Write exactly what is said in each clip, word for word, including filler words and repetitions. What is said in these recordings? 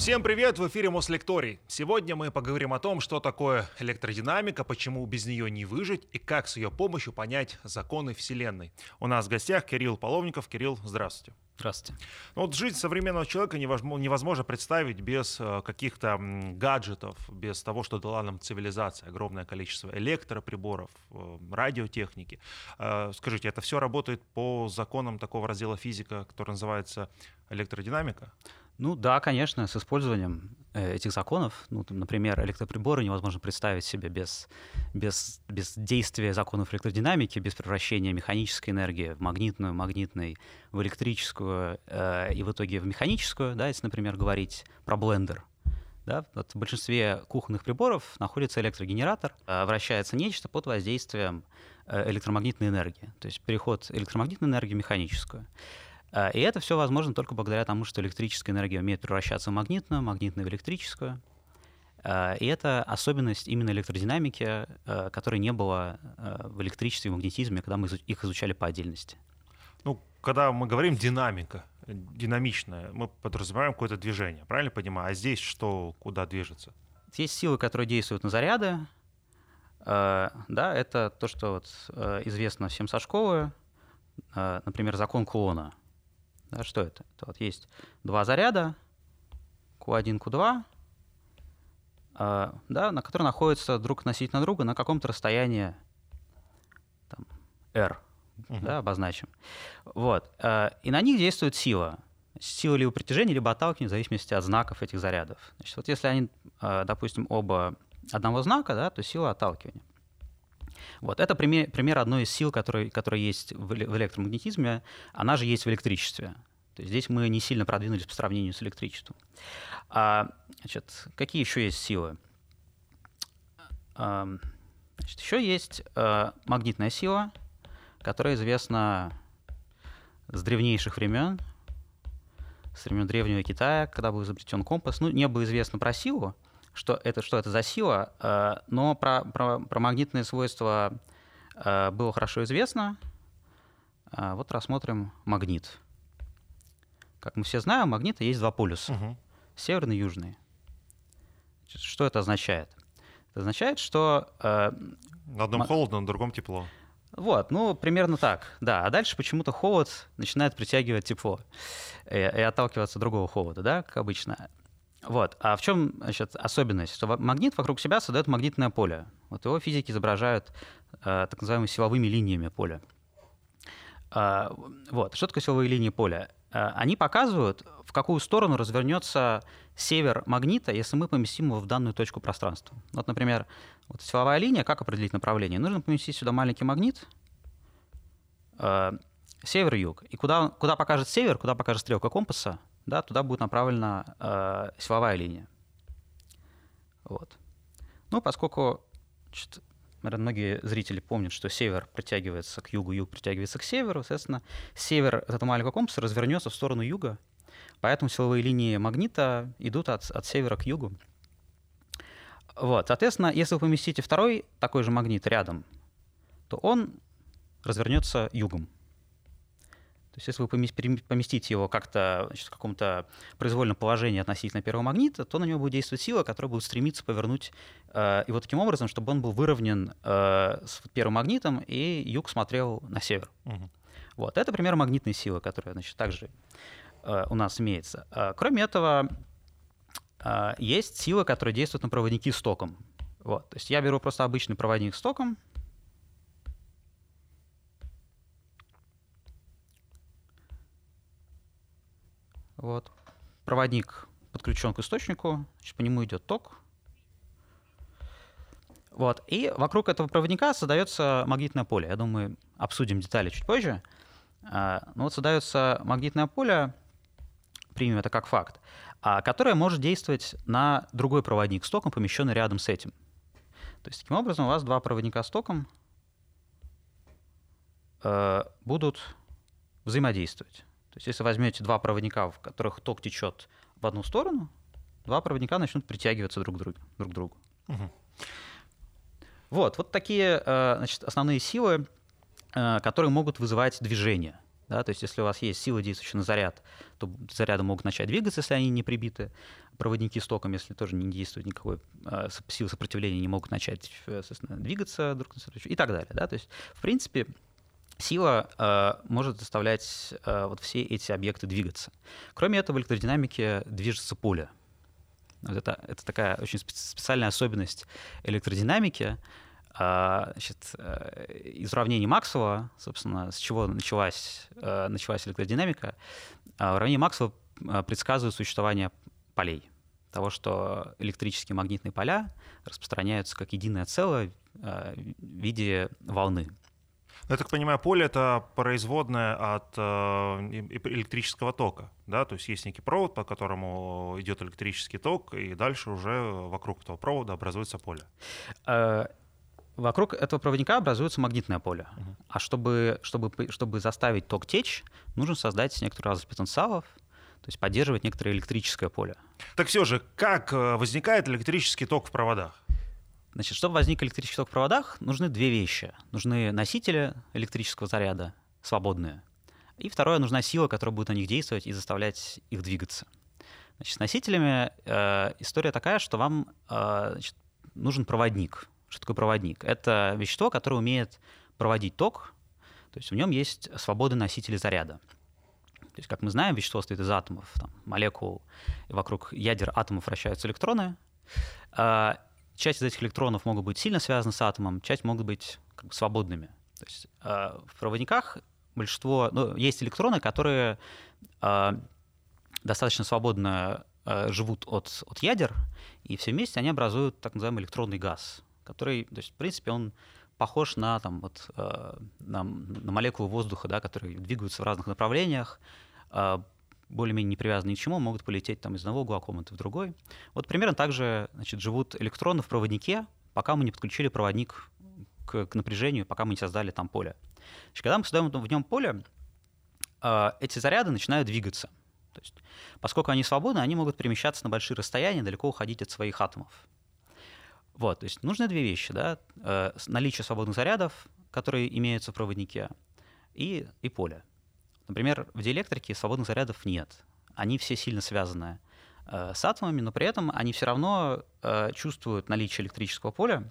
Всем привет! В эфире Мослекторий. Сегодня мы поговорим о том, что такое электродинамика, почему без нее не выжить и как с ее помощью понять законы Вселенной. У нас в гостях Кирилл Половников. Кирилл, здравствуйте. Здравствуйте. Ну, вот жизнь современного человека невозможно представить без каких-то гаджетов, без того, что дала нам цивилизация. Огромное количество электроприборов, радиотехники. Скажите, это все работает по законам такого раздела физика, который называется электродинамика? Ну да, конечно, с использованием этих законов. Ну, там, например, электроприборы невозможно представить себе без, без, без действия законов электродинамики, без превращения механической энергии в магнитную, магнитной в электрическую э, и в итоге в механическую, да, если, например, говорить про блендер. Да, вот в большинстве кухонных приборов находится электрогенератор, э, вращается нечто под воздействием э, электромагнитной энергии, то есть переход электромагнитной энергии в механическую. И это все возможно только благодаря тому, что электрическая энергия умеет превращаться в магнитную, магнитную в электрическую. И это особенность именно электродинамики, которой не было в электричестве и магнетизме, когда мы их изучали по отдельности. Ну, когда мы говорим динамика, динамичная, мы подразумеваем какое-то движение, правильно понимаю? А здесь что, куда движется? Есть силы, которые действуют на заряды. Да, это то, что вот известно всем со школы, например, закон Кулона. Да, что это? Это вот есть два заряда, ку один, ку два, э, да, на которые находятся друг относительно друга на каком-то расстоянии там, R, uh-huh. да, обозначим. Вот. Э, и на них действует сила. Сила либо притяжения, либо отталкивания, в зависимости от знаков этих зарядов. Значит, вот если они, э, допустим, оба одного знака, да, то сила отталкивания. Вот. Это пример, пример одной из сил, которая, которая есть в электромагнетизме, она же есть в электричестве. То есть здесь мы не сильно продвинулись по сравнению с электричеством. А, значит, какие еще есть силы? А, значит, еще есть а, магнитная сила, которая известна с древнейших времен, с времен Древнего Китая, когда был изобретен компас. Ну, не было известно про силу, что это, что это за сила, но про, про, про магнитные свойства было хорошо известно. Вот рассмотрим магнит. Как мы все знаем, у магнита есть два полюса, угу. северный и южный. Что это означает? Это означает, что... На одном м- холодно, на другом тепло. Вот, ну, примерно так, да. А дальше почему-то холод начинает притягивать тепло и, и отталкиваться от другого холода, да, как обычно. Вот. А в чем, значит, особенность? Что магнит вокруг себя создает магнитное поле. Вот его физики изображают э, так называемыми силовыми линиями поля. Э, вот. Что такое силовые линии поля? Э, они показывают, в какую сторону развернется север магнита, если мы поместим его в данную точку пространства. Вот, например, вот силовая линия, как определить направление? Нужно поместить сюда маленький магнит, э, север и юг. И куда, куда покажет север, куда покажет стрелка компаса, да, туда будет направлена э, силовая линия. Вот. Ну, поскольку, значит, наверное, многие зрители помнят, что север притягивается к югу, юг притягивается к северу, соответственно, север этого маленького компаса развернется в сторону юга, поэтому силовые линии магнита идут от, от севера к югу. Вот. Соответственно, если вы поместите второй такой же магнит рядом, то он развернется югом. То есть если вы поместите его как-то, значит, в каком-то произвольном положении относительно первого магнита, то на него будет действовать сила, которая будет стремиться повернуть э, его таким образом, чтобы он был выровнен э, с первым магнитом, и юг смотрел на север. Угу. Вот. Это пример магнитной силы, которая, значит, также э, у нас имеется. Э, кроме этого, э, есть сила, которая действует на проводники с током. Вот. То есть я беру просто обычный проводник с током, вот. Проводник подключен к источнику, значит, по нему идет ток. Вот. И вокруг этого проводника создается магнитное поле. Я думаю, мы обсудим детали чуть позже. Но вот создается магнитное поле, примем это как факт, которое может действовать на другой проводник с током, помещенный рядом с этим. То есть таким образом у вас два проводника с током будут взаимодействовать. То есть если возьмете два проводника, в которых ток течет в одну сторону, два проводника начнут притягиваться друг к другу. Друг к другу. Угу. Вот, вот такие, значит, основные силы, которые могут вызывать движение. Да, то есть если у вас есть сила, действующая на заряд, то заряды могут начать двигаться, если они не прибиты. Проводники с током, если тоже не действует никакой э, силы сопротивления, не могут начать, соответственно, двигаться друг на друга и так далее. Да? То есть, в принципе, сила э, может заставлять э, вот все эти объекты двигаться. Кроме этого, в электродинамике движется поле. Вот это, это такая очень специальная особенность электродинамики. Значит, из уравнений Максвелла, собственно, с чего началась, началась электродинамика, уравнения Максвелла предсказывают существование полей. Того, что электрические магнитные поля распространяются как единое целое в виде волны. Я так понимаю, поле — это производное от электрического тока, да? То есть есть некий провод, по которому идет электрический ток, и дальше уже вокруг этого провода образуется поле. Вокруг этого проводника образуется магнитное поле. Uh-huh. А чтобы, чтобы, чтобы заставить ток течь, нужно создать некоторую разность потенциалов, то есть поддерживать некоторое электрическое поле. Так все же, как возникает электрический ток в проводах? Значит, чтобы возник электрический ток в проводах, нужны две вещи. Нужны носители электрического заряда, свободные. И второе, нужна сила, которая будет на них действовать и заставлять их двигаться. Значит, с носителями э, история такая, что вам э, значит, нужен проводник. Что такое проводник? Это вещество, которое умеет проводить ток, то есть в нем есть свободные носители заряда. То есть, как мы знаем, вещество состоит из атомов, там, молекул, и вокруг ядер атомов вращаются электроны. Часть из этих электронов могут быть сильно связаны с атомом, часть могут быть как бы свободными. То есть в проводниках большинство, ну, есть электроны, которые достаточно свободно живут от, от ядер, и все вместе они образуют так называемый электронный газ, который, то есть, в принципе, он похож на, там, вот, э, на, на молекулы воздуха, да, которые двигаются в разных направлениях, э, более-менее не привязаны ни к чему, могут полететь там, из одного угла комнаты в другой. Вот примерно так же, значит, живут электроны в проводнике, пока мы не подключили проводник к, к напряжению, пока мы не создали там поле. Значит, когда мы создаем в нем поле, э, эти заряды начинают двигаться. То есть, поскольку они свободны, они могут перемещаться на большие расстояния, далеко уходить от своих атомов. Вот, то есть нужны две вещи, да, э, наличие свободных зарядов, которые имеются в проводнике, и, и поле. Например, в диэлектрике свободных зарядов нет. Они все сильно связаны э, с атомами, но при этом они все равно э, чувствуют наличие электрического поля.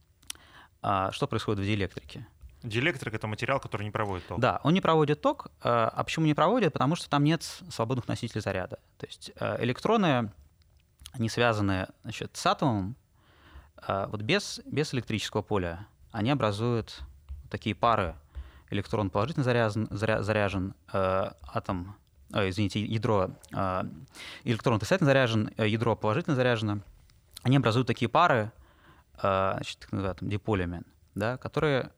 А что происходит в диэлектрике? Диэлектрик — это материал, который не проводит ток. Да, он не проводит ток. Э, а почему не проводит? Потому что там нет свободных носителей заряда. То есть э, электроны, они связаны, значит, с атомом. Вот без, без электрического поля они образуют такие пары. Электрон положительно заряжен, заря, заряжен э, атом, э, извините, ядро, э, электрон отрицательно заряжен, э, ядро положительно заряжено. Они образуют такие пары, э, значит, так называемые диполями, да, которые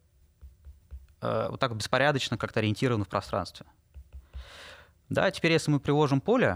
э, вот так беспорядочно как-то ориентированы в пространстве. Да, теперь если мы приложим поле,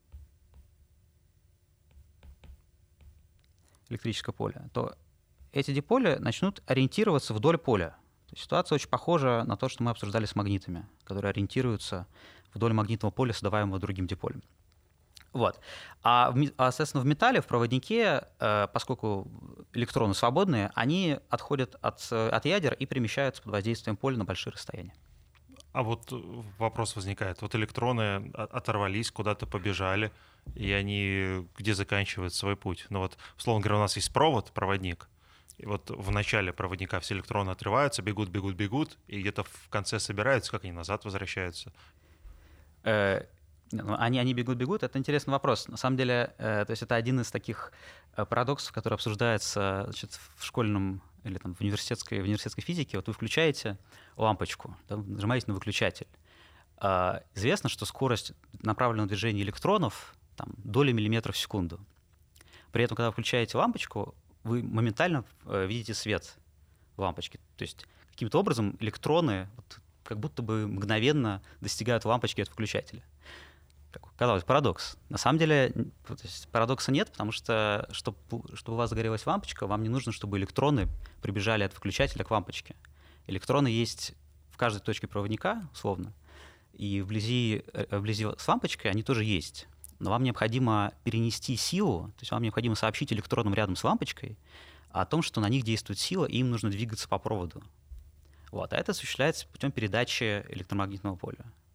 электрическое поле, то эти диполи начнут ориентироваться вдоль поля. То есть ситуация очень похожа на то, что мы обсуждали с магнитами, которые ориентируются вдоль магнитного поля, создаваемого другим диполем. Вот. А, в, а, соответственно, в металле, в проводнике, э, поскольку электроны свободные, они отходят от, от ядер и перемещаются под воздействием поля на большие расстояния. А вот вопрос возникает. Вот электроны оторвались, куда-то побежали, и они где заканчивают свой путь? Ну вот, условно говоря, у нас есть провод, проводник, и вот в начале проводника все электроны отрываются, бегут, бегут, бегут, и где-то в конце собираются, как они назад возвращаются? Э, они, они бегут, бегут. Это интересный вопрос. На самом деле, э, то есть это один из таких парадоксов, который обсуждается, значит, в школьном или там, в, университетской, в университетской физике. Вот вы включаете лампочку, да, нажимаете на выключатель. Э, известно, что скорость направленного движения электронов там, доли миллиметров в секунду. При этом, когда вы включаете лампочку, вы моментально э, видите свет в лампочке. То есть каким-то образом электроны вот, как будто бы мгновенно достигают лампочки от выключателя. Казалось, парадокс. На самом деле парадокса нет, потому что, чтобы, чтобы у вас загорелась лампочка, вам не нужно, чтобы электроны прибежали от выключателя к лампочке. Электроны есть в каждой точке проводника, условно, и вблизи, вблизи с лампочкой они тоже есть. Но вам необходимо перенести силу, то есть вам необходимо сообщить электронам рядом с лампочкой о том, что на них действует сила, и им нужно двигаться по проводу. Вот. А это осуществляется путем передачи электромагнитного поля.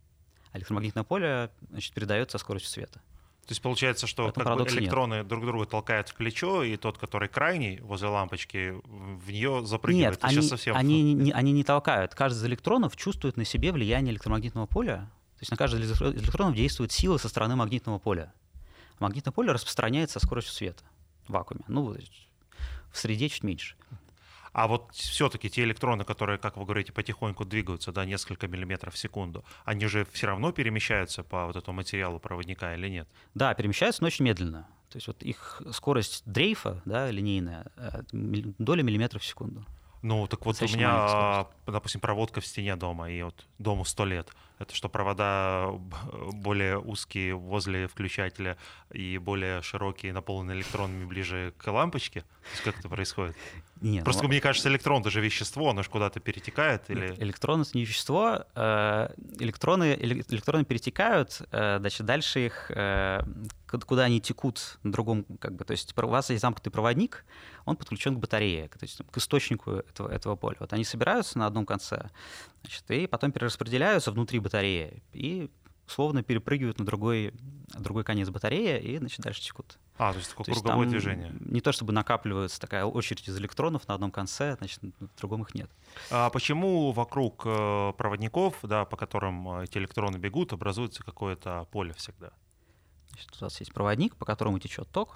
а электромагнитное поле, значит, передается со скоростью света. То есть получается, что как бы электроны нет. друг друга толкают в плечо, и тот, который крайний возле лампочки, в нее запрыгивает. Нет, они, совсем... они, не, они не толкают. Каждый из электронов чувствует на себе влияние электромагнитного поля. То есть на каждый из электронов действует сила со стороны магнитного поля. Магнитное поле распространяется со скоростью света в вакууме. Ну, в среде чуть меньше. А вот все-таки те электроны, которые, как вы говорите, потихоньку двигаются до несколько миллиметров в секунду, они же все равно перемещаются по вот этому материалу проводника или нет? Да, перемещаются, но очень медленно. То есть вот их скорость дрейфа, да, линейная, доля миллиметра в секунду. Ну, так вот у меня, допустим, проводка в стене дома, и вот дому сто лет. Это что, провода более узкие возле включателя и более широкие, наполненные электронами ближе к лампочке? То есть как это происходит? Нет, Просто ну, мне кажется, электрон — это же вещество, оно же куда-то перетекает? Или... Электрон — это не вещество. Электроны, электроны перетекают, значит, дальше их, куда они текут на другом, как бы, то есть у вас есть замкнутый проводник, он подключен к батарее, то есть к источнику этого, этого поля. Вот они собираются на одном конце, значит, и потом перераспределяются внутри батареи и условно перепрыгивают на другой, другой конец батареи и, значит, дальше текут. А, то есть такое то круговое есть движение. Не то чтобы накапливается такая очередь из электронов на одном конце, значит, в другом их нет. А почему вокруг проводников, да, по которым эти электроны бегут, образуется какое-то поле всегда? Значит, у нас есть проводник, по которому течет ток.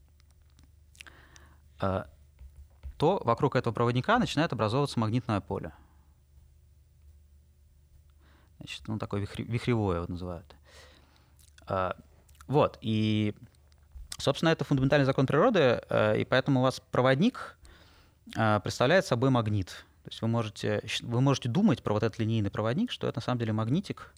То вокруг этого проводника начинает образовываться магнитное поле. Значит, ну, такое вихревое вот называют. Вот, и, собственно, это фундаментальный закон природы, и поэтому у вас проводник представляет собой магнит. То есть вы можете, вы можете думать про вот этот линейный проводник, что это на самом деле магнитик,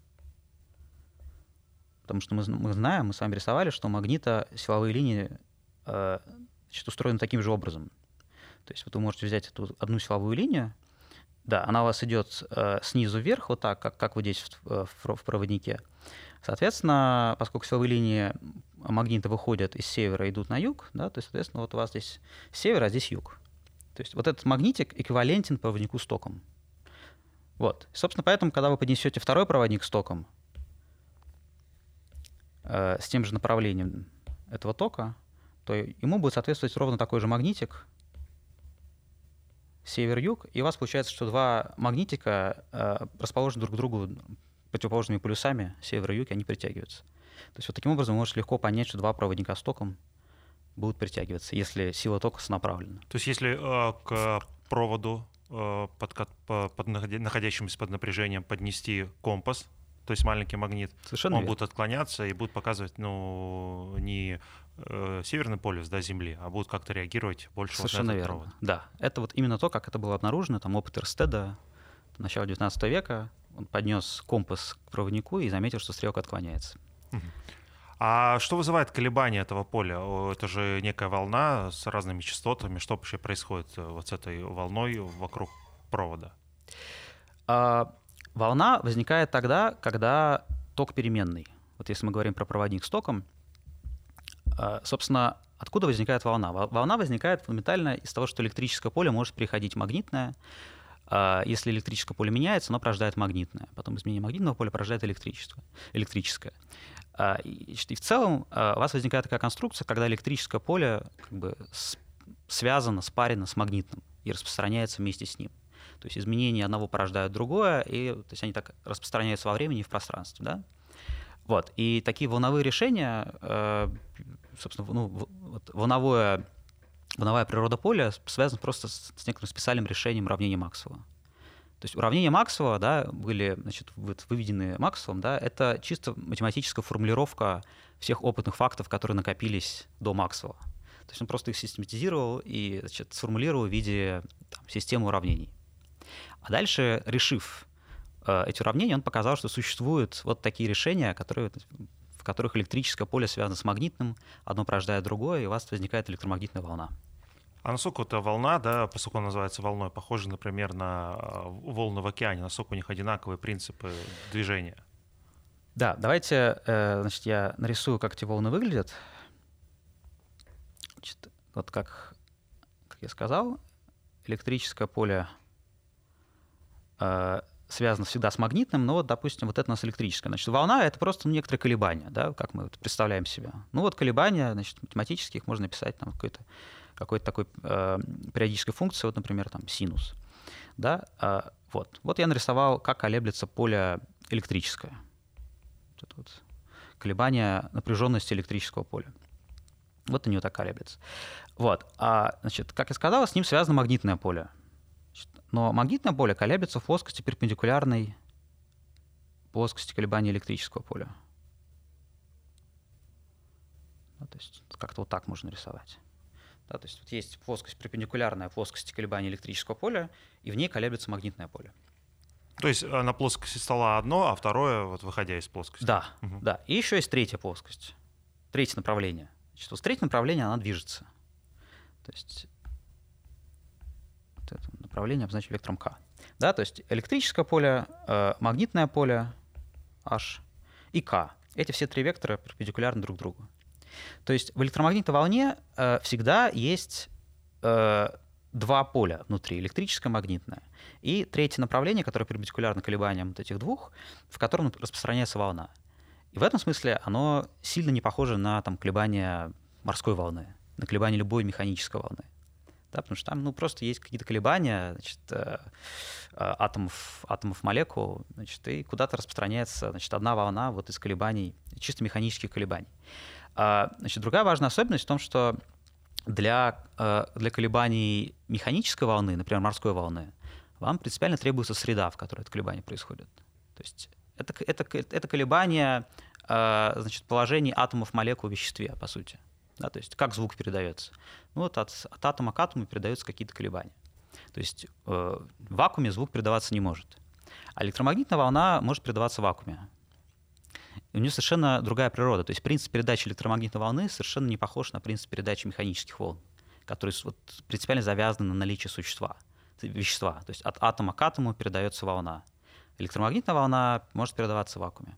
потому что мы, мы знаем, мы с вами рисовали, что у магнита силовые линии значит, устроены таким же образом. То есть вот вы можете взять эту одну силовую линию, да, она у вас идет э, снизу вверх, вот так, как, как вы здесь в, в, в проводнике. Соответственно, поскольку силовые линии магнита выходят из севера и идут на юг, да, то есть, соответственно, вот у вас здесь север, а здесь юг. То есть вот этот магнитик эквивалентен проводнику с током. Вот. Собственно, поэтому, когда вы поднесете второй проводник с током, э, с тем же направлением этого тока, то ему будет соответствовать ровно такой же магнитик, север-юг, и у вас получается, что два магнитика э, расположены друг к другу противоположными полюсами, север и юг, и они притягиваются. То есть вот таким образом вы можете легко понять, что два проводника с током будут притягиваться, если сила тока сонаправлена. То есть если э, к проводу, э, под, под, под, находящемуся под напряжением, поднести компас, то есть маленький магнит, совершенно он верно. будет отклоняться и будет показывать, ну, не э, северный полюс, да, Земли, а будет как-то реагировать больше совершенно вот на этот верно. провод. Да, это вот именно то, как это было обнаружено, там опыт Эрстеда начала девятнадцатого века, он поднес компас к проводнику и заметил, что стрелка отклоняется. А что вызывает колебания этого поля? Это же некая волна с разными частотами. Что вообще происходит вот с этой волной вокруг провода? А, волна возникает тогда, когда ток переменный. Вот если мы говорим про проводник с током, а, собственно, откуда возникает волна? Волна возникает фундаментально из того, что электрическое поле может переходить в магнитное. А, если электрическое поле меняется, оно порождает магнитное. Потом изменение магнитного поля порождает электричество, электрическое. И в целом у вас возникает такая конструкция, когда электрическое поле как бы связано, спарено с магнитным и распространяется вместе с ним. То есть изменения одного порождают другое, и то есть они так распространяются во времени и в пространстве. Да? Вот. И такие волновые решения, собственно, ну, вот волновое, волновая природа поля связана просто с некоторым специальным решением уравнения Максвелла. То есть уравнения Максвелла, да, были, значит, выведены Максвеллом, да, это чисто математическая формулировка всех опытных фактов, которые накопились до Максвелла. То есть он просто их систематизировал и, значит, сформулировал в виде там, системы уравнений. А дальше, решив э, эти уравнения, он показал, что существуют вот такие решения, которые, в которых электрическое поле связано с магнитным, одно порождает другое, и у вас возникает электромагнитная волна. А насколько эта волна, да, поскольку она называется волной, похожа, например, на волны в океане, насколько у них одинаковые принципы движения? Да, давайте, э, значит, я нарисую, как эти волны выглядят. Значит, вот как, как я сказал, электрическое поле э, связано всегда с магнитным, но вот, допустим, вот это у нас электрическое. Значит, волна — это просто ну, некоторые колебания, да, как мы вот представляем себе. Ну вот колебания, значит, математически их можно написать там какой-то какой-то такой э, периодической функции, вот, например, там синус. Да? А, вот. вот я нарисовал, как колеблется поле электрическое. Вот это вот колебание напряженности электрического поля. Вот у него так колеблется. Вот. А, значит, как я сказал, с ним связано магнитное поле. Но магнитное поле колеблется в плоскости перпендикулярной плоскости колебания электрического поля. Ну, то есть как-то вот так можно рисовать. Да, то есть вот есть плоскость перпендикулярная плоскости колебания электрического поля, и в ней колеблется магнитное поле. То есть на плоскости стола одно, а второе, вот выходя из плоскости. Да, угу. да. И еще есть третья плоскость, третье направление. Значит, вот третье направление, она движется. То есть вот это направление обозначено вектором k. Да, то есть электрическое поле, э, магнитное поле H и k. Эти все три вектора перпендикулярны друг другу. То есть в электромагнитной волне э, всегда есть э, два поля внутри, электрическое и магнитное. И третье направление, которое перпендикулярно колебаниям вот этих двух, в котором распространяется волна. И в этом смысле оно сильно не похоже на там, колебания морской волны, на колебания любой механической волны. Да, потому что там ну, просто есть какие-то колебания значит, э, атомов, атомов молекул, значит, и куда-то распространяется значит, одна волна вот из колебаний, чисто механических колебаний. А, значит, другая важная особенность в том, что для, э, для колебаний механической волны, например, морской волны, вам принципиально требуется среда, в которой это колебание происходит. То есть это, это, это колебание э, значит, положений атомов молекул в веществе, по сути. Да, то есть как звук передается. Ну, вот от, от атома к атому передаются какие-то колебания. То есть э, в вакууме звук передаваться не может. А электромагнитная волна может передаваться в вакууме. И у нее совершенно другая природа. То есть принцип передачи электромагнитной волны совершенно не похож на принцип передачи механических волн, которые вот, принципиально завязаны на наличии существа, вещества. То есть от атома к атому передается волна. Электромагнитная волна может передаваться в вакууме.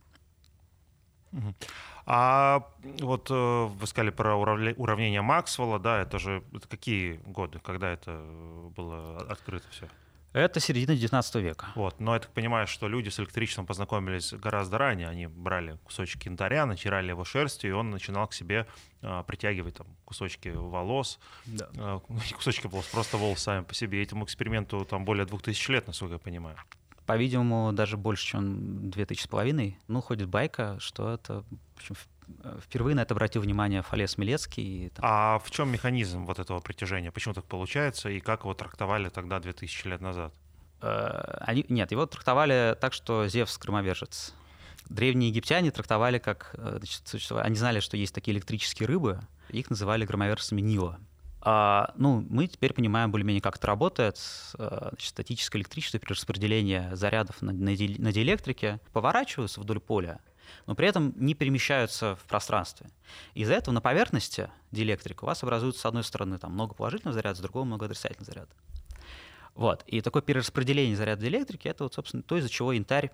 А вот вы сказали про уравнение Максвелла, да, это же это какие годы, когда это было открыто все? Это середина девятнадцатого века. Вот. Но я так понимаю, что люди с электричеством познакомились гораздо ранее. Они брали кусочек янтаря, натирали его шерстью, и он начинал к себе а, притягивать там, кусочки волос. Да. А, не кусочки волос, просто волосы сами по себе. Этому эксперименту там более двух тысяч лет, насколько я понимаю. По-видимому, даже больше, чем две тысячи с половиной. Ну, ходит байка, что это... Причем впервые на это обратил внимание Фалес Милецкий. Там... А в чем механизм вот этого притяжения? Почему так получается? И как его трактовали тогда, две тысячи лет назад? Они... Нет, его трактовали так, что Зевс — громовержец. Древние египтяне трактовали как... Значит, они знали, что есть такие электрические рыбы, их называли громовержцами Нила. А, ну, мы теперь понимаем более-менее, как это работает. Значит, статическое электричество при распределении зарядов на, на, ди, на диэлектрике поворачиваются вдоль поля, но при этом не перемещаются в пространстве. Из-за этого на поверхности диэлектрика у вас образуется, с одной стороны, там, много положительных зарядов, с другой — много отрицательных зарядов. Вот. И такое перераспределение заряда диэлектрики — это, вот, собственно, то, из-за чего янтарь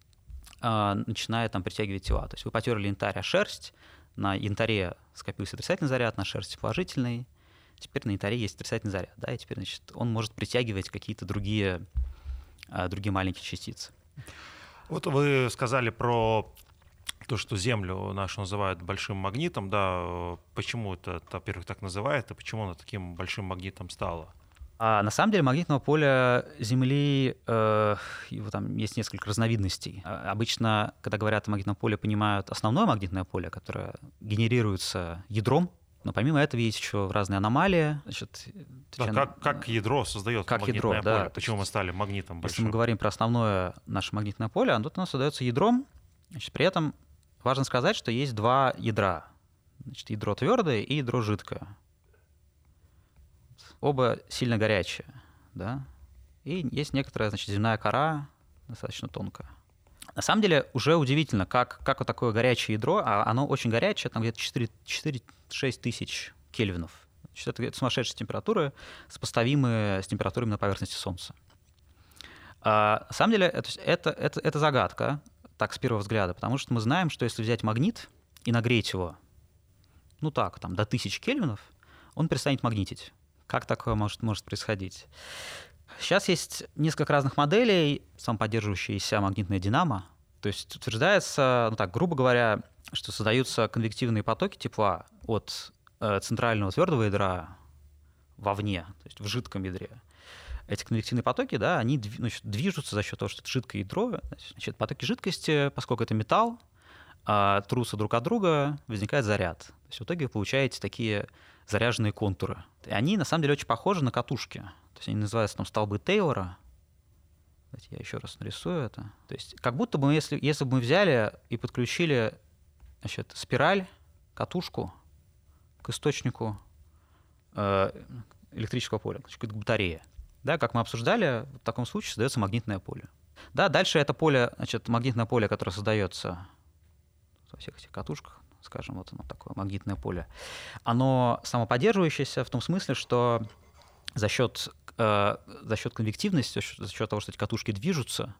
э, начинает там, притягивать тела. То есть вы потерли янтарь о шерсть, на янтаре скопился отрицательный заряд, на шерсти положительный. Теперь на янтаре есть отрицательный заряд, да, и теперь, значит, он может притягивать какие-то другие, а, другие маленькие частицы. Вот вы сказали про то, что Землю нашу называют большим магнитом, да, почему это, во-первых, так называют, и почему она таким большим магнитом стала? А на самом деле магнитного поля Земли, э, его там есть несколько разновидностей. Обычно, когда говорят о магнитном поле, понимают основное магнитное поле, которое генерируется ядром. Но помимо этого есть еще разные аномалии. Значит, да, чем... как, как ядро создает как магнитное ядро, поле? Да. Почему мы стали магнитом большим? Если мы говорим про основное наше магнитное поле, оно, оно создается ядром. Значит, при этом важно сказать, что есть два ядра. Значит, ядро твердое и ядро жидкое. Оба сильно горячие. Да? И есть некоторая, значит, земная кора, достаточно тонкая. На самом деле уже удивительно, как, как вот такое горячее ядро, а оно очень горячее, там где-то четыре-шесть тысяч кельвинов. Значит, это, это сумасшедшие температуры, сопоставимые с температурами на поверхности Солнца. А, на самом деле это, это, это, это загадка, так, с первого взгляда, потому что мы знаем, что если взять магнит и нагреть его, ну так, там, до тысячи кельвинов, он перестанет магнитить. Как такое может, может происходить? Сейчас есть несколько разных моделей, самоподдерживающаяся магнитная динамо. То есть утверждается, ну так, грубо говоря, что создаются конвективные потоки тепла от э, центрального твердого ядра вовне, то есть в жидком ядре. Эти конвективные потоки, да, они значит, движутся за счет того, что это жидкое ядро. Значит, потоки жидкости, поскольку это металл, э, трутся друг от друга, возникает заряд. То есть в итоге вы получаете такие заряженные контуры. И они на самом деле очень похожи на катушки. То есть они называются там столбы Тейлора. Давайте я еще раз нарисую это. То есть как будто бы, если, если бы мы взяли и подключили, значит, спираль, катушку к источнику э, электрического поля, значит, к батарее. Да, как мы обсуждали, в таком случае создается магнитное поле. Да, дальше это поле, значит, магнитное поле, которое создается во всех этих катушках, скажем, вот оно такое магнитное поле, оно самоподдерживающееся в том смысле, что за счет, э, за счет конвективности, за счет того, что эти катушки движутся,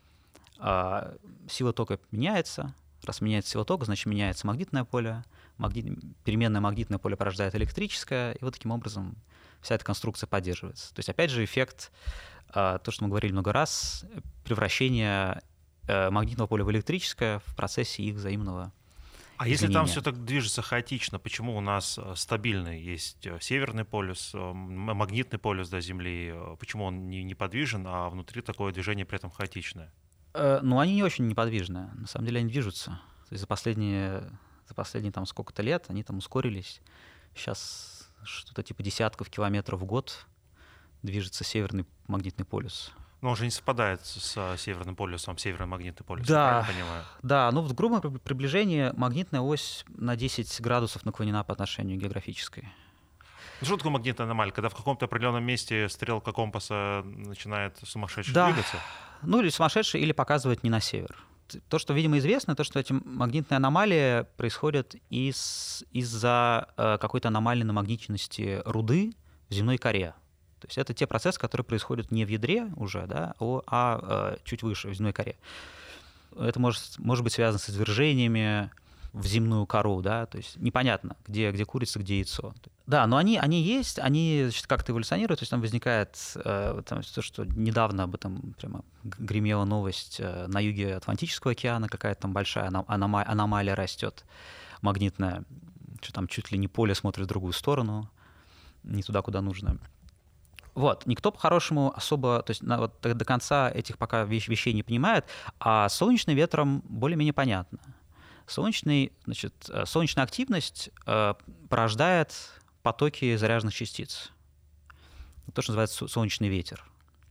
э, сила тока меняется. Раз меняется сила тока, значит, меняется магнитное поле. Магнит... Переменное магнитное поле порождает электрическое, и вот таким образом вся эта конструкция поддерживается. То есть, опять же, эффект, э, то, что мы говорили много раз, превращение э, магнитного поля в электрическое в процессе их взаимного А изменения. если там все так движется хаотично, почему у нас стабильный есть северный полюс, магнитный полюс до Земли, почему он не неподвижен, а внутри такое движение при этом хаотичное? Э, ну, они не очень неподвижные. На самом деле они движутся. То есть за последние, за последние там сколько-то лет они там ускорились. Сейчас что-то типа десятков километров в год движется северный магнитный полюс. Но он же не совпадает с северным полюсом, северный магнитный полюс, Да, я правильно понимаю? Да, ну в грубом приближении магнитная ось на десять градусов наклонена по отношению к географической. Ну, что такое магнитная аномалия? Когда в каком-то определенном месте стрелка компаса начинает сумасшедше Да. двигаться? Ну или сумасшедший, или показывает не на север. То, что, видимо, известно, то, что эти магнитные аномалии происходят из, из-за э, какой-то аномальной намагниченности руды в земной коре. То есть это те процессы, которые происходят не в ядре уже, да, а, а чуть выше, в земной коре. Это может, может быть связано с извержениями в земную кору, да, то есть непонятно, где, где курица, где яйцо. Да, но они, они есть, они, значит, как-то эволюционируют, то есть там возникает э, там, то, что недавно об этом прямо гремела новость, э, на юге Атлантического океана какая-то там большая анома- аномалия растет, магнитная, что там чуть ли не поле смотрит в другую сторону, не туда, куда нужно. Вот, никто по-хорошему особо, то есть на, вот, до конца этих пока вещ- вещей не понимает, а с солнечным ветром более-менее понятно. Солнечный, значит, солнечная активность э, порождает потоки заряженных частиц. То, что называется солнечный ветер.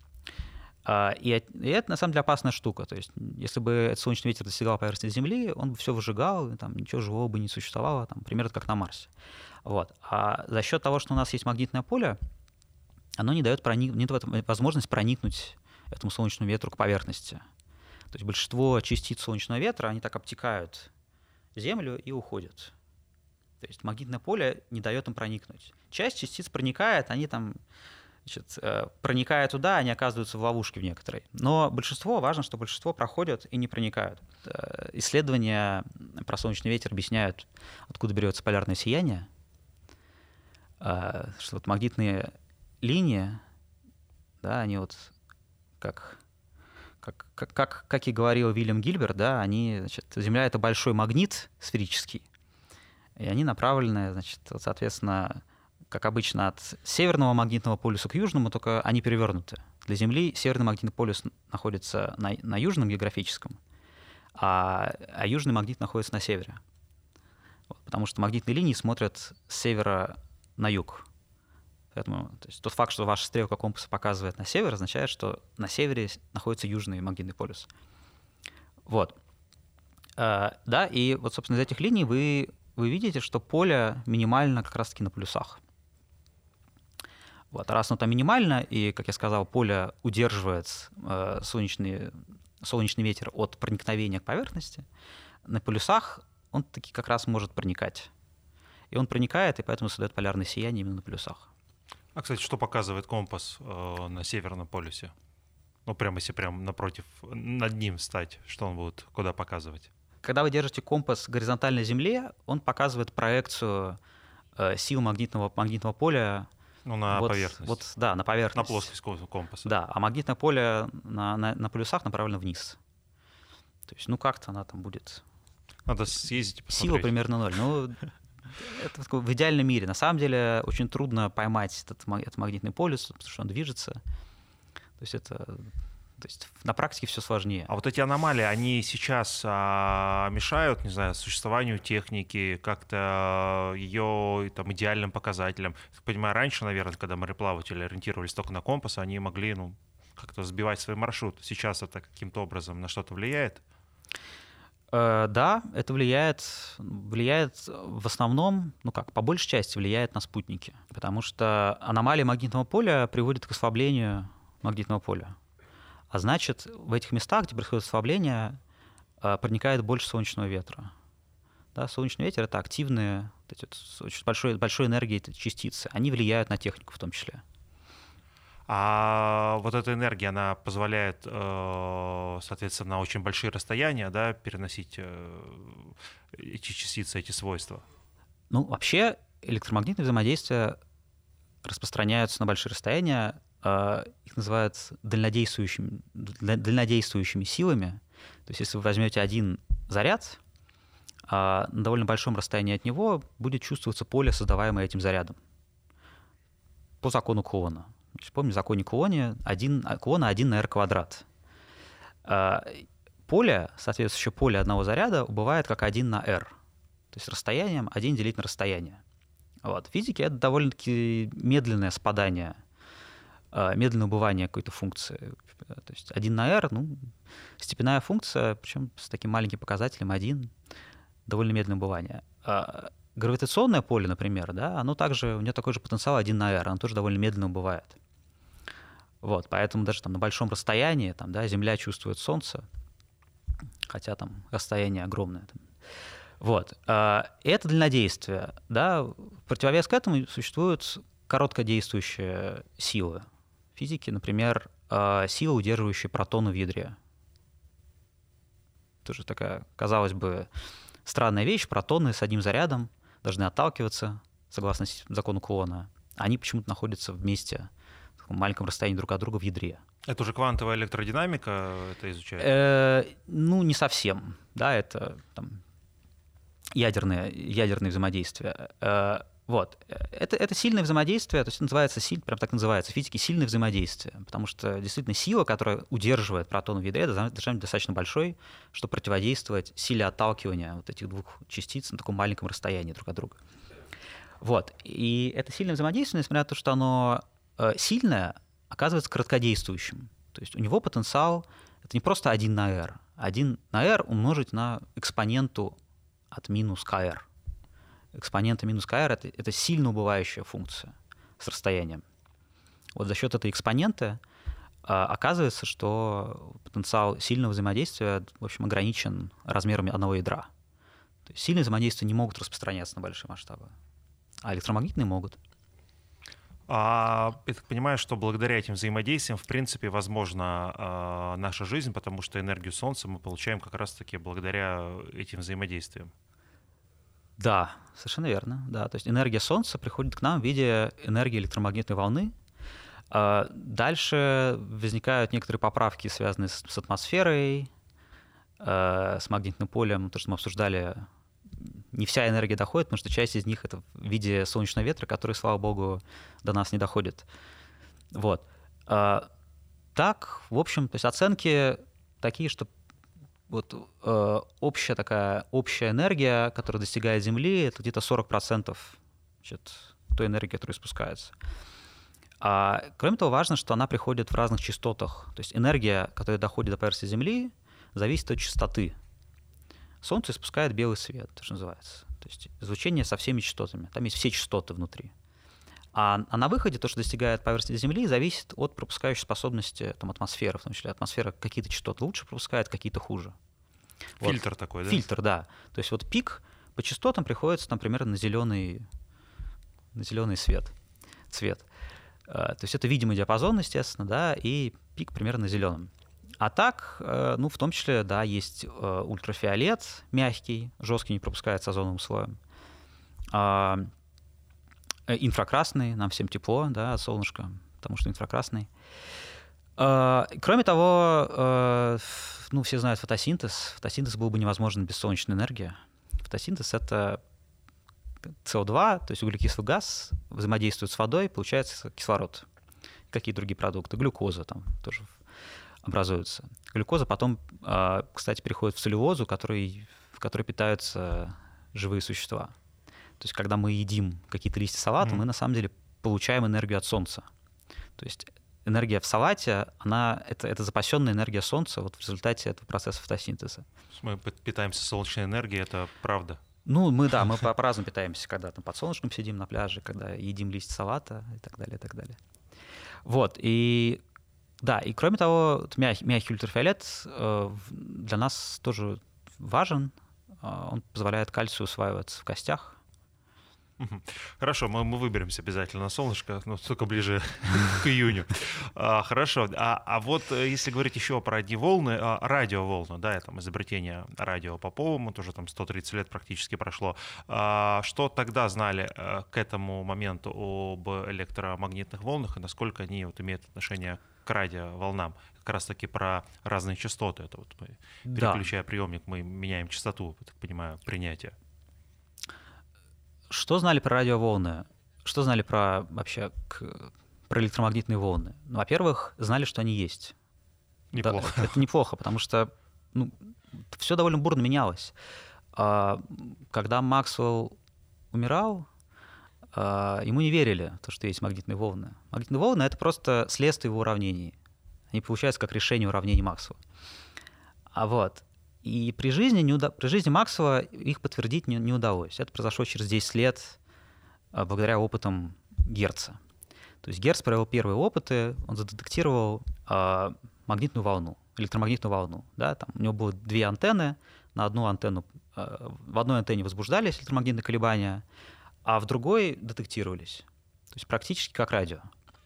А, и, и это, на самом деле, опасная штука. То есть, если бы этот солнечный ветер достигал поверхности Земли, он бы все выжигал, и, там, ничего живого бы не существовало, там, примерно как на Марсе. Вот. А за счет того, что у нас есть магнитное поле, оно не дает, проник... не дает возможность проникнуть этому солнечному ветру к поверхности. То есть большинство частиц солнечного ветра, они так обтекают Землю и уходят. То есть магнитное поле не дает им проникнуть. Часть частиц проникает, они там, значит, проникая туда, они оказываются в ловушке в некоторой. Но большинство, важно, что большинство проходят и не проникают. Исследования про солнечный ветер объясняют, откуда берется полярное сияние, что вот магнитные линии, да, они вот как... Как, как, как, как и говорил Вильям Гильберт, да, они, значит, Земля — это большой магнит сферический, и они направлены, значит, вот, соответственно, как обычно, от северного магнитного полюса к южному, только они перевернуты. Для Земли северный магнитный полюс находится на, на южном географическом, а, а южный магнит находится на севере. Вот, потому что магнитные линии смотрят с севера на юг. Поэтому, то есть тот факт, что ваша стрелка компаса показывает на север, означает, что на севере находится южный магнитный полюс. Вот. А, да, и вот, собственно, из этих линий вы, вы видите, что поле минимально как раз-таки на полюсах. Вот. Раз оно там минимально, и, как я сказал, поле удерживает э, солнечный, солнечный ветер от проникновения к поверхности, на полюсах он таки как раз может проникать. И он проникает, и поэтому создает полярное сияние именно на полюсах. А, кстати, что показывает компас э, на Северном полюсе? Ну, прямо если прям напротив, над ним встать, что он будет, куда показывать? Когда вы держите компас горизонтально Земле, он показывает проекцию э, сил магнитного, магнитного поля Ну, на вот, поверхность. Вот, да, на поверхность. На плоскость компаса. Да, а магнитное поле на, на, на полюсах направлено вниз. То есть, ну, как-то она там будет... Надо съездить и посмотреть. Сила примерно ноль. Ну, это в идеальном мире. На самом деле очень трудно поймать этот, этот магнитный полюс, потому что он движется. То есть это... То есть на практике все сложнее. А вот эти аномалии, они сейчас а, мешают, не знаю, существованию техники, как-то ее там, идеальным показателям? Я понимаю, раньше, наверное, когда мореплаватели ориентировались только на компас, они могли ну, как-то сбивать свой маршрут. Сейчас это каким-то образом на что-то влияет? Э, да, это влияет, влияет в основном, ну как, по большей части влияет на спутники, потому что аномалии магнитного поля приводят к ослаблению магнитного поля. А значит, в этих местах, где происходит ослабление, проникает больше солнечного ветра. Да, солнечный ветер — это активные, вот эти, очень большой, большой энергии частицы. Они влияют на технику в том числе. А вот эта энергия, она позволяет, соответственно, на очень большие расстояния, да, переносить эти частицы, эти свойства? Ну, вообще электромагнитные взаимодействия распространяются на большие расстояния. Их называют дальнодействующими, дальнодействующими силами. То есть если вы возьмете один заряд, на довольно большом расстоянии от него будет чувствоваться поле, создаваемое этим зарядом. По закону Кулона. Помните, в законе Кулона один, Кулона один на r квадрат. Поле, соответствующее поле одного заряда, убывает как один на r. То есть расстоянием один делить на расстояние. Вот. В физике это довольно-таки медленное спадание, медленное убывание какой-то функции. То есть один на r, ну, степенная функция, причем с таким маленьким показателем один, довольно медленное убывание. А гравитационное поле, например, да, оно также, у него такой же потенциал один на r, оно тоже довольно медленно убывает. Вот, поэтому даже там на большом расстоянии там, да, Земля чувствует Солнце, хотя там расстояние огромное. Там. Вот. Это дальнодействие. Да. В противовес к этому существуют короткодействующие силы. В физике, например, сила, удерживающая протоны в ядре. Тоже такая, казалось бы, странная вещь. Протоны с одним зарядом должны отталкиваться, согласно закону Кулона. Они почему-то находятся вместе в таком маленьком расстоянии друг от друга в ядре. Это уже квантовая электродинамика это изучает? Э, ну, не совсем. Да, это там, ядерные, ядерные взаимодействия. Э, вот. Это, это сильное взаимодействие, то есть это называется, прям так называется, в физике сильное взаимодействие, потому что действительно сила, которая удерживает протоны в ядре, должна быть достаточно большой, чтобы противодействовать силе отталкивания вот этих двух частиц на таком маленьком расстоянии друг от друга. Вот. И это сильное взаимодействие, несмотря на то, что оно э, сильное, оказывается короткодействующим. То есть у него потенциал — это не просто один на r, один на r умножить на экспоненту от минус kr. Экспонента минус kr — это, это сильно убывающая функция с расстоянием. Вот за счет этой экспоненты а, оказывается, что потенциал сильного взаимодействия, в общем, ограничен размерами одного ядра. То есть сильные взаимодействия не могут распространяться на большие масштабы, а электромагнитные могут. А, я так понимаю, что благодаря этим взаимодействиям, в принципе, возможна а, наша жизнь, потому что энергию Солнца мы получаем как раз-таки благодаря этим взаимодействиям. Да, совершенно верно. Да. То есть энергия Солнца приходит к нам в виде энергии электромагнитной волны. А дальше возникают некоторые поправки, связанные с, с атмосферой, э, с магнитным полем, то, что мы обсуждали. Не вся энергия доходит, потому что часть из них — это в виде солнечного ветра, который, слава богу, до нас не доходит. Вот. А, так, в общем, то есть оценки такие, что вот э, общая такая общая энергия, которая достигает Земли, это где-то сорок процентов, значит, той энергии, которая испускается. А, кроме того, важно, что она приходит в разных частотах. То есть энергия, которая доходит до поверхности Земли, зависит от частоты. Солнце испускает белый свет, то, что называется. То есть излучение со всеми частотами. Там есть все частоты внутри. А, а на выходе то, что достигает поверхности Земли, зависит от пропускающей способности там, атмосферы. В том числе атмосфера какие-то частоты лучше пропускает, какие-то хуже. Фильтр вот. такой, да? Фильтр, да. То есть вот пик по частотам приходится, например, на зеленый, на зеленый свет, цвет. То есть это видимый диапазон, естественно, да, и пик примерно на зеленом. А так, ну, в том числе, да, есть ультрафиолет мягкий, жесткий, не пропускается озоновым слоем. Инфракрасный, нам всем тепло, да, от солнышка, потому что инфракрасный. Кроме того, ну, все знают фотосинтез. Фотосинтез был бы невозможен без солнечной энергии. Фотосинтез — это С О два, то есть углекислый газ, взаимодействует с водой, получается кислород. Какие другие продукты? Глюкоза там тоже образуется. Глюкоза потом, кстати, переходит в целлюлозу, который, в которой питаются живые существа. То есть когда мы едим какие-то листья салата, mm. мы на самом деле получаем энергию от солнца. То есть энергия в салате, она, это, это запасенная энергия солнца вот в результате этого процесса фотосинтеза. Мы питаемся солнечной энергией, это правда? Ну, мы, да, мы по-разному питаемся, когда там под солнышком сидим на пляже, когда едим листья салата и так далее, и так далее. Вот, и да, и кроме того, мягкий, мягкий ультрафиолет э, для нас тоже важен, он позволяет кальцию усваиваться в костях. Хорошо, мы, мы выберемся обязательно на солнышко, но только ближе к июню. А, хорошо, а, а вот если говорить еще про одни волны, а, радиоволны, да, это изобретение радио Поповым, тоже там сто тридцать лет практически прошло. А, что тогда знали а, к этому моменту об электромагнитных волнах и насколько они вот, имеют отношение к радиоволнам? Как раз таки про разные частоты. Это вот мы, переключая да. приемник, мы меняем частоту, я так понимаю, принятия. Что знали про радиоволны? Что знали про вообще к, про электромагнитные волны? Ну, во-первых, знали, что они есть. Неплохо. Да, это неплохо, потому что ну, все довольно бурно менялось. А, когда Максвелл умирал, а, ему не верили, то, что есть магнитные волны. Магнитные волны — это просто следствие его уравнений. Они получаются как решение уравнений Максвелла. А вот. И при жизни, не уда... при жизни Максвелла их подтвердить не, не удалось. Это произошло через десять лет благодаря опытам Герца. То есть Герц провел первые опыты, он задетектировал э, магнитную волну, электромагнитную волну. Да? Там у него было две антенны, на одну антенну, э, в одной антенне возбуждались электромагнитные колебания, а в другой детектировались. То есть практически как радио.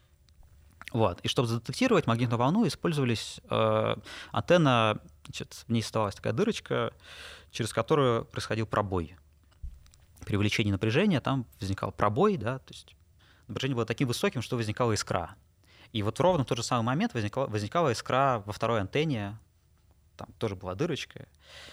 Вот. И чтобы задетектировать магнитную волну, использовались э, антенна, значит, в ней оставалась такая дырочка, через которую происходил пробой. При увеличении напряжения там возникал пробой, да, то есть напряжение было таким высоким, что возникала искра. И вот ровно в тот же самый момент возникала, возникала искра во второй антенне, там тоже была дырочка,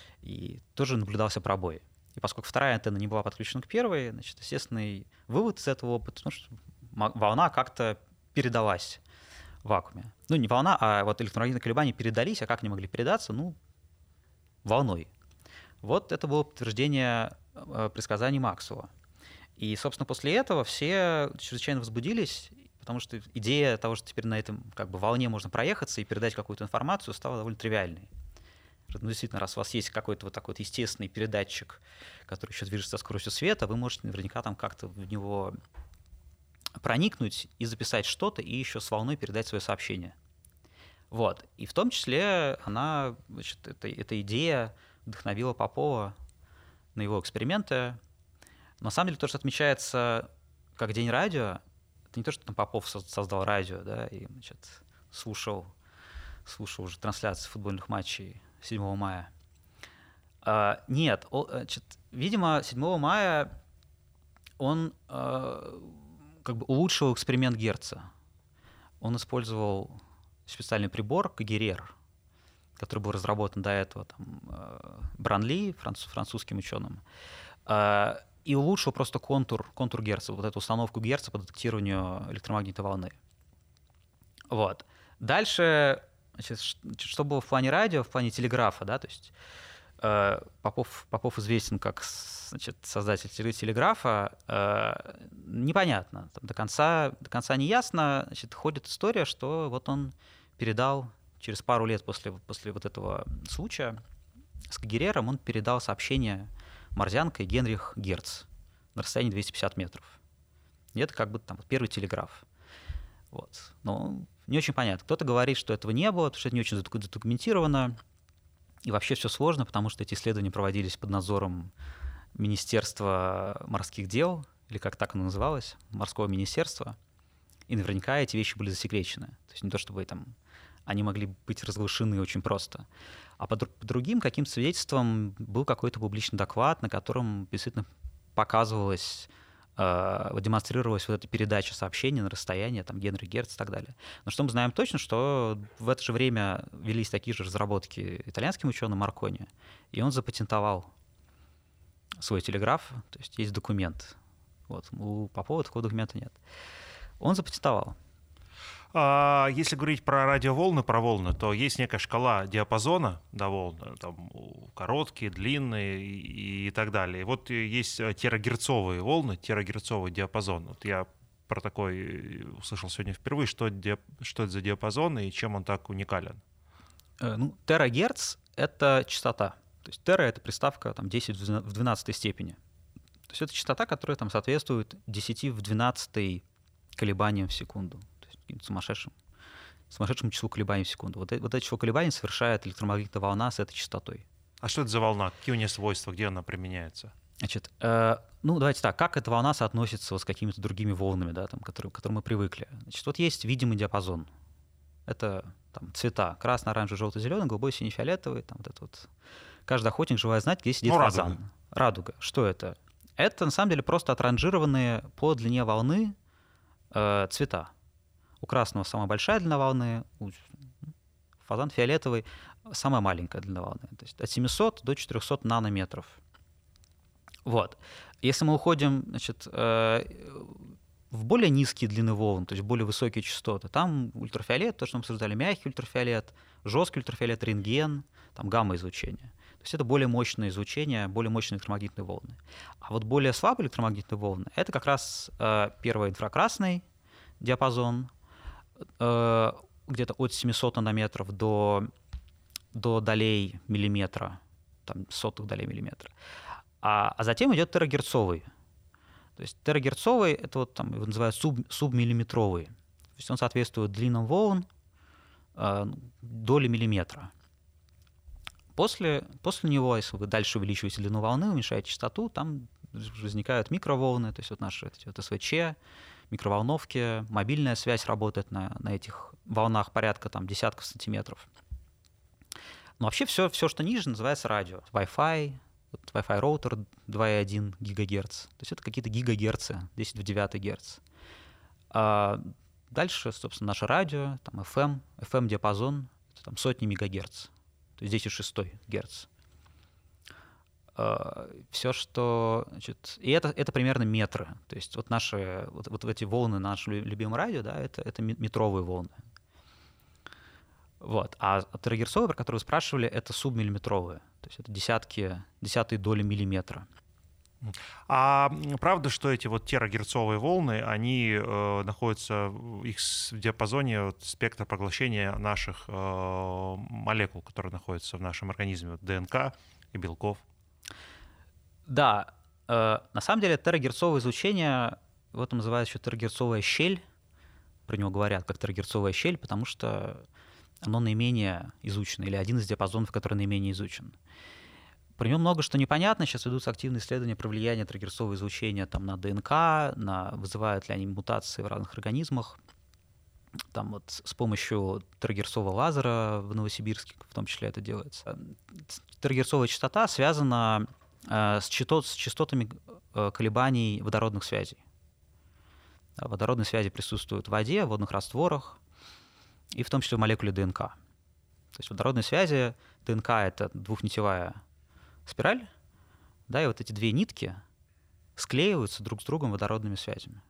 и тоже наблюдался пробой. И поскольку вторая антенна не была подключена к первой, значит, естественный вывод из этого опыта, ну, что волна как-то передалась в вакууме. Ну, не волна, а вот электромагнитные колебания передались, а как они могли передаться? Ну, волной. Вот это было подтверждение предсказаний Максвелла. И, собственно, после этого все чрезвычайно возбудились, потому что идея того, что теперь на этом как бы волне можно проехаться и передать какую-то информацию, стала довольно тривиальной. Ну, действительно, раз у вас есть какой-то вот такой вот естественный передатчик, который еще движется со скоростью света, вы можете наверняка там как-то в него проникнуть и записать что-то, и еще с волной передать свое сообщение. Вот. И в том числе она, значит, эта, эта идея вдохновила Попова на его эксперименты. Но на самом деле то, что отмечается как День радио, это не то, что там Попов создал радио, да, и, значит, слушал, слушал уже трансляции футбольных матчей седьмого мая. А, нет, о, значит, видимо, седьмого мая он а, как бы улучшил эксперимент Герца. Он использовал специальный прибор Кагерер, который был разработан до этого там, Бранли, франц, французским ученым, и улучшил просто контур, контур Герца, вот эту установку Герца по детектированию электромагнитной волны. Вот. Дальше, значит, что было в плане радио, в плане телеграфа, да, то есть Попов, Попов известен как, значит, создатель телеграфа, э, непонятно, там до конца, до конца не ясно, значит, ходит история, что вот он передал через пару лет после, после вот этого случая с Кагерером, он передал сообщение Морзянко и Генрих Герц на расстоянии двести пятьдесят метров. И это как бы там первый телеграф. Вот. Но не очень понятно. Кто-то говорит, что этого не было, что это не очень задокументировано. И вообще все сложно, потому что эти исследования проводились под надзором Министерства морских дел, или как так оно называлось, морского министерства. И наверняка эти вещи были засекречены. То есть не то, чтобы там они могли быть разглашены очень просто. А по, по другим каким-то свидетельствам был какой-то публичный доклад, на котором действительно показывалось э, демонстрировалась вот эта передача сообщений на расстояние, там, Генри Герц и так далее. Но что мы знаем точно, что в это же время велись такие же разработки итальянским ученым Маркони, и он запатентовал свой телеграф, то есть есть документ. Вот. У Попова такого документа нет. Он запатентовал. А если говорить про радиоволны, про волны, то есть некая шкала диапазона до волн, там короткие, длинные и, и так далее. И вот есть терагерцовые волны, терагерцовый диапазон. Вот я про такой услышал сегодня впервые, что, диап... что это за диапазон и чем он так уникален. Ну, терагерц — это частота. То есть тера — это приставка там, десять в двенадцатой степени. То есть это частота, которая там, соответствует десять в двенадцатой колебаниям в секунду. То есть каким-то сумасшедшим, сумасшедшему числу колебаний в секунду. Вот, вот это число колебаний совершает электромагнитная волна с этой частотой. А что это за волна? Какие у нее свойства? Где она применяется? Значит, э, ну давайте так, как эта волна соотносится вот с какими-то другими волнами, да, там, которые, к которым мы привыкли? Значит, вот есть видимый диапазон. Это там, цвета: красный, оранжевый, желтый, зеленый, голубой, синий, фиолетовый. Там, вот это вот. Каждый охотник желает знать, где сидит ну, фазан. Радуга. радуга. Что это? Это на самом деле просто отранжированные по длине волны э, цвета. У красного самая большая длина волны, у фазан фиолетовый самая маленькая длина волны. То есть от семисот до четырехсот нанометров. Вот. Если мы уходим, значит, э, в более низкие длины волн, то есть более высокие частоты, там ультрафиолет, то, что мы обсуждали, мягкий ультрафиолет, жесткий ультрафиолет, рентген, там гамма-излучение. То есть это более мощное излучение, более мощные электромагнитные волны. А вот более слабые электромагнитные волны — это как раз э, первый инфракрасный диапазон, э, где-то от семисот нанометров до, до долей миллиметра, там, сотых долей миллиметра. А, а затем идет терагерцовый. То есть терагерцовый — это вот там его называют суб, субмиллиметровый. То есть он соответствует длинам волн э, доли миллиметра. После, после него, если вы дальше увеличиваете длину волны, уменьшаете частоту, там возникают микроволны, то есть вот наши вот, вот СВЧ, микроволновки, мобильная связь работает на, на этих волнах порядка там, десятков сантиметров. Но вообще все, все, что ниже, называется радио. Wi-Fi, вот Wi-Fi роутер два и один гигагерц. То есть это какие-то гигагерцы, десять в девятый герц. А дальше, собственно, наше радио, там эф эм, эф эм-диапазон, это там сотни мегагерц. То есть десять в шестой герц. Все, что... Значит, и это, это примерно метры. То есть вот наши, вот, вот эти волны на нашем любимом радио, да, это, это метровые волны. Вот. А терагерцовые, про которые вы спрашивали, это субмиллиметровые. То есть это десятки, десятые доли миллиметра. А правда, что эти вот терагерцовые волны, они э, находятся их в диапазоне вот, спектра поглощения наших э, молекул, которые находятся в нашем организме, вот, ДНК и белков? Да. Э, на самом деле терагерцовое излучение, в этом называется еще терагерцовая щель. Про него говорят как терагерцовая щель, потому что оно наименее изучено, или один из диапазонов, который наименее изучен. Про него много что непонятно. Сейчас ведутся активные исследования про влияние терагерцового излучения там, на ДНК, на вызывают ли они мутации в разных организмах. Там вот с помощью терагерцового лазера в Новосибирске в том числе это делается. Терагерцовая частота связана э, с, частот, с частотами э, колебаний водородных связей. Да, водородные связи присутствуют в воде, в водных растворах, и в том числе в молекуле ДНК. То есть водородные связи, ДНК — это двухнитевая спираль, да, и вот эти две нитки склеиваются друг с другом водородными связями.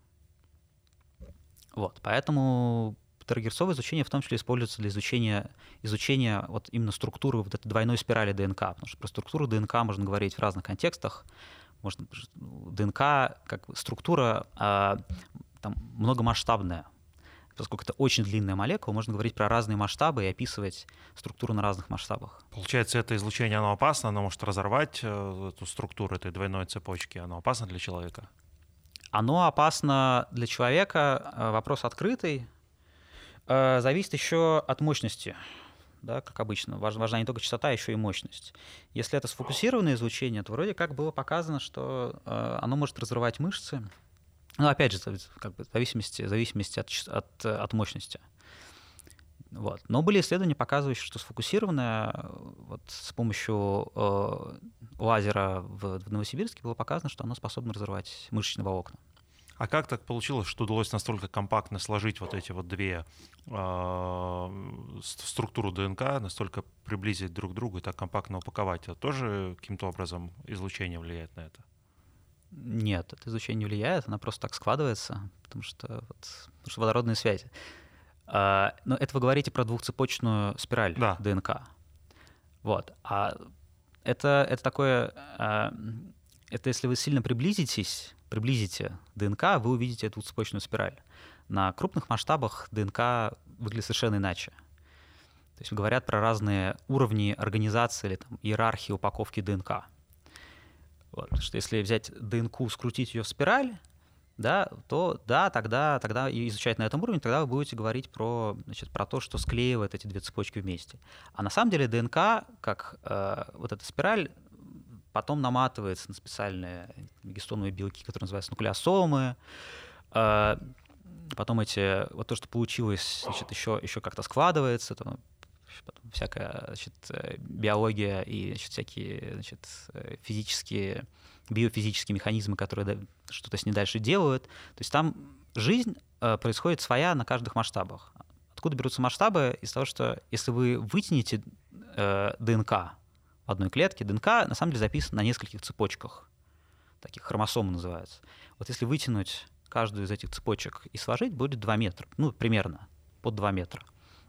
Вот, поэтому терагерцовое излучение в том числе используется для изучения, изучения вот именно структуры вот этой двойной спирали ДНК, потому что про структуру ДНК можно говорить в разных контекстах. Можно, ДНК как структура а, там, многомасштабная. Поскольку это очень длинная молекула, можно говорить про разные масштабы и описывать структуру на разных масштабах. Получается, это излучение, оно опасно, оно может разорвать эту структуру этой двойной цепочки, оно опасно для человека? Оно опасно для человека, вопрос открытый, зависит еще от мощности, да, как обычно. Важна не только частота, а еще и мощность. Если это сфокусированное излучение, то вроде как было показано, что оно может разрывать мышцы. Ну, опять же, как бы, в зависимости, в зависимости от, от, от мощности. Вот. Но были исследования, показывающие, что сфокусированное вот, с помощью э, лазера в, в Новосибирске было показано, что оно способно разрывать мышечные волокна. А как так получилось, что удалось настолько компактно сложить вот эти вот две э, структуру ДНК, настолько приблизить друг к другу и так компактно упаковать? Это тоже каким-то образом излучение влияет на это? Нет, это излучение не влияет, она просто так складывается, потому что, вот, потому что водородные связи. А, но это вы говорите про двухцепочную спираль Да. ДНК. Вот. А это, это такое... А, это если вы сильно приблизитесь, приблизите ДНК, вы увидите эту цепочную спираль. На крупных масштабах ДНК выглядит совершенно иначе. То есть говорят про разные уровни организации или там, иерархии упаковки ДНК. Вот. Что если взять ДНК, скрутить ее в спираль, да, то да, тогда, тогда и изучать на этом уровне, тогда вы будете говорить про, значит, про то, что склеивает эти две цепочки вместе. А на самом деле ДНК, как э, вот эта спираль, потом наматывается на специальные гистоновые белки, которые называются нуклеосомы. Э, потом эти, вот то, что получилось, значит, еще, еще как-то складывается, там, потом всякая, значит, биология и, значит, всякие, значит, физические, биофизические механизмы, которые что-то с ней дальше делают. То есть там жизнь происходит своя на каждых масштабах. Откуда берутся масштабы? Из того, что если вы вытянете ДНК в одной клетке, ДНК на самом деле записана на нескольких цепочках, таких хромосомы называются. Вот если вытянуть каждую из этих цепочек и сложить, будет два метра, ну, примерно под два метра.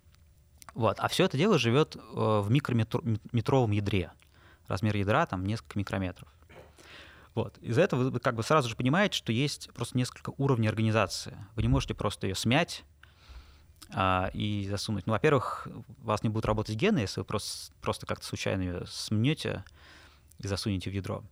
Вот. А все это дело живет в микрометровом ядре. Размер ядра там несколько микрометров. Вот. Из-за этого вы как бы сразу же понимаете, что есть просто несколько уровней организации. Вы не можете просто ее смять а, и засунуть. Ну, во-первых, у вас не будут работать гены, если вы просто, просто как-то случайно ее смнете и засунете в ядро.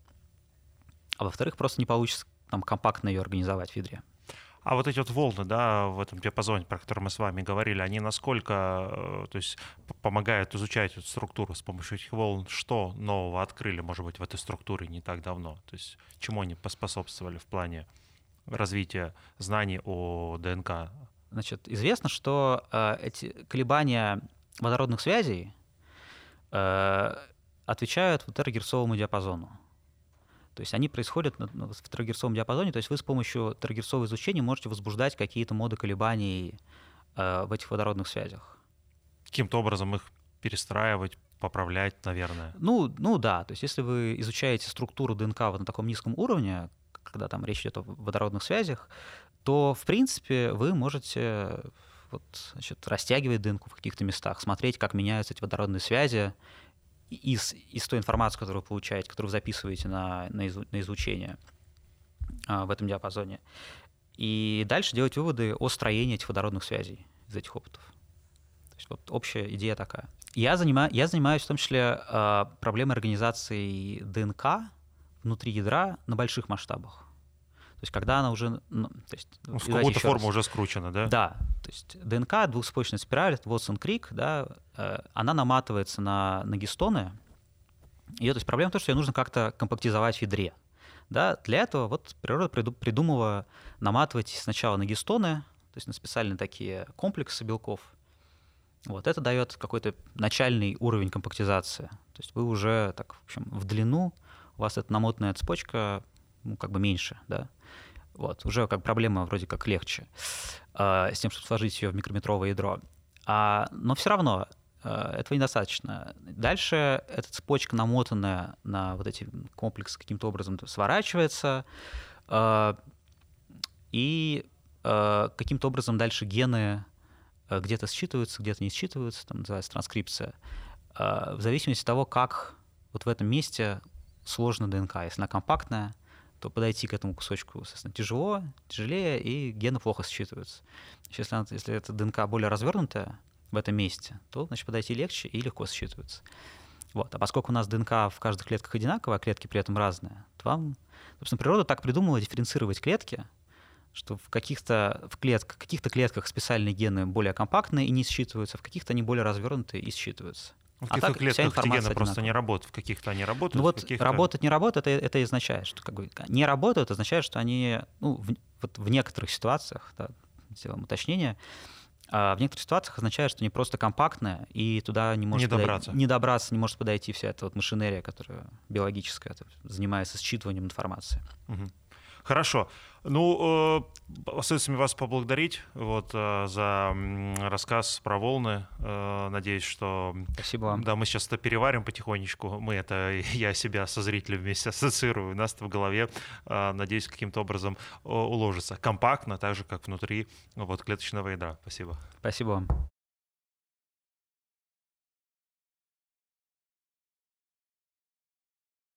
А во-вторых, просто не получится там компактно ее организовать в ядре. А вот эти вот волны, да, в этом диапазоне, про который мы с вами говорили, они насколько, то есть, помогают изучать эту структуру с помощью этих волн? Что нового открыли, может быть, в этой структуре не так давно? То есть чему они поспособствовали в плане развития знаний о ДНК? Значит, известно, что э, эти колебания водородных связей э, отвечают вот терагерцовому диапазону. То есть они происходят в терагерцовом диапазоне, то есть вы с помощью терагерцового излучения можете возбуждать какие-то моды колебаний э, в этих водородных связях. Каким-то образом их перестраивать, поправлять, наверное. Ну, ну да, то есть если вы изучаете структуру ДНК вот на таком низком уровне, когда там речь идет о водородных связях, то, в принципе, вы можете вот, значит, растягивать ДНК в каких-то местах, смотреть, как меняются эти водородные связи, Из, из той информации, которую вы получаете, которую вы записываете на, на, изу, на излучение а, в этом диапазоне. И дальше делать выводы о строении этих водородных связей из этих опытов. То есть вот общая идея такая. Я, занима, я занимаюсь в том числе а, проблемой организации ДНК внутри ядра на больших масштабах. То есть когда она уже... Ну, то есть, ну, в какую-то форму раз. уже скручена, да? Да. То есть ДНК, двухцепочная спираль, Watson-Crick, да, она наматывается на, на гистоны. И то есть проблема в том, что ее нужно как-то компактизовать в ядре. Да? Для этого вот природа придумала наматывать сначала на гистоны, то есть на специальные такие комплексы белков. Вот. Это дает какой-то начальный уровень компактизации. То есть вы уже так, в общем, в длину у вас эта намотанная цепочка ну, как бы меньше, да. Вот, уже как проблема вроде как легче э, с тем, чтобы сложить ее в микрометровое ядро. А, но все равно э, этого недостаточно. Дальше эта цепочка, намотанная на вот эти комплексы, каким-то образом сворачивается, э, и э, каким-то образом дальше гены э, где-то считываются, где-то не считываются, там называется транскрипция, э, в зависимости от того, как вот в этом месте сложена ДНК. Если она компактная, то подойти к этому кусочку, соответственно, тяжело, тяжелее, и гены плохо считываются. Если, она, если эта ДНК более развернутая в этом месте, то, значит, подойти легче и легко считывается. Вот. А поскольку у нас ДНК в каждых клетках одинаковая, а клетки при этом разные, то вам, собственно, природа так придумала дифференцировать клетки, что в каких-то в клетках, каких-то клетках специальные гены более компактные и не считываются, в каких-то они более развернутые и считываются. В каких-то а клетках эти гены просто не работают, в каких-то они работают. Ну вот каких-то... работать, не работать, это, это означает, что как бы не работают, означает, что они, ну, в, вот в некоторых ситуациях, да, сделаем уточнение, а в некоторых ситуациях означает, что они просто компактные, и туда не может не подойти, добраться. не добраться, не может подойти вся эта вот машинерия, которая биологическая, занимается считыванием информации. Угу. Хорошо. Ну, э, остается мне вас поблагодарить вот, э, за м, рассказ про волны. Э, надеюсь, что Спасибо вам. да, мы сейчас это переварим потихонечку. Мы это, я себя со зрителем вместе ассоциирую. У нас это в голове, э, надеюсь, каким-то образом э, уложится. Компактно, так же, как внутри вот, клеточного ядра. Спасибо. Спасибо вам.